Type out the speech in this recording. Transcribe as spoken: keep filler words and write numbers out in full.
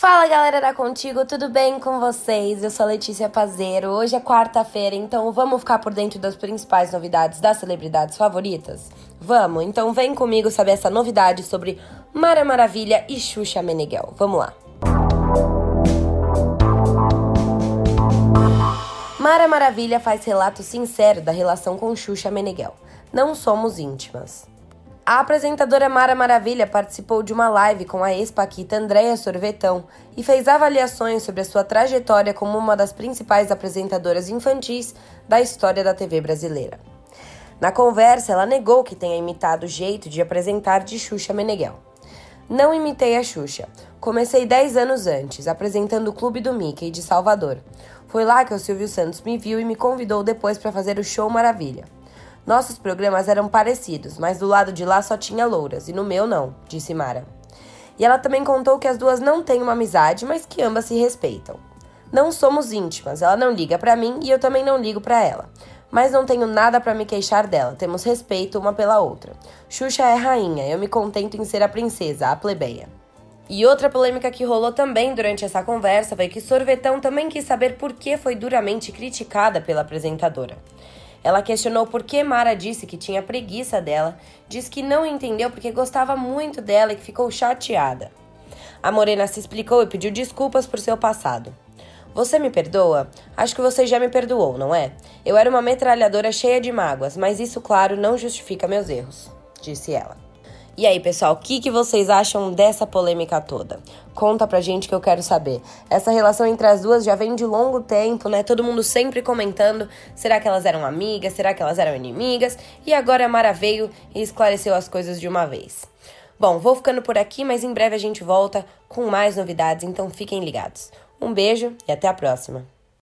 Fala galera da Contigo, tudo bem com vocês? Eu sou a Letícia Pazeiro, hoje é quarta-feira, então vamos ficar por dentro das principais novidades das celebridades favoritas? Vamos, então vem comigo saber essa novidade sobre Mara Maravilha e Xuxa Meneghel, vamos lá! Mara Maravilha faz relato sincero da relação com Xuxa Meneghel. Não somos íntimas. A apresentadora Mara Maravilha participou de uma live com a ex-paquita Andréa Sorvetão e fez avaliações sobre a sua trajetória como uma das principais apresentadoras infantis da história da T V brasileira. Na conversa, ela negou que tenha imitado o jeito de apresentar de Xuxa Meneghel. Não imitei a Xuxa. Comecei dez anos antes, apresentando o Clube do Mickey de Salvador. Foi lá que o Silvio Santos me viu e me convidou depois para fazer o Show Maravilha. Nossos programas eram parecidos, mas do lado de lá só tinha louras, e no meu não, disse Mara. E ela também contou que as duas não têm uma amizade, mas que ambas se respeitam. Não somos íntimas, ela não liga pra mim e eu também não ligo pra ela. Mas não tenho nada pra me queixar dela, temos respeito uma pela outra. Xuxa é rainha, eu me contento em ser a princesa, a plebeia. E outra polêmica que rolou também durante essa conversa foi que Sorvetão também quis saber por que foi duramente criticada pela apresentadora. Ela questionou por que Mara disse que tinha preguiça dela, disse que não entendeu porque gostava muito dela e que ficou chateada. A morena se explicou e pediu desculpas por seu passado. Você me perdoa? Acho que você já me perdoou, não é? Eu era uma metralhadora cheia de mágoas, mas isso, claro, não justifica meus erros, disse ela. E aí, pessoal, o que, que vocês acham dessa polêmica toda? Conta pra gente que eu quero saber. Essa relação entre as duas já vem de longo tempo, né? Todo mundo sempre comentando, será que elas eram amigas? Será que elas eram inimigas? E agora a Mara veio e esclareceu as coisas de uma vez. Bom, vou ficando por aqui, mas em breve a gente volta com mais novidades, então fiquem ligados. Um beijo e até a próxima!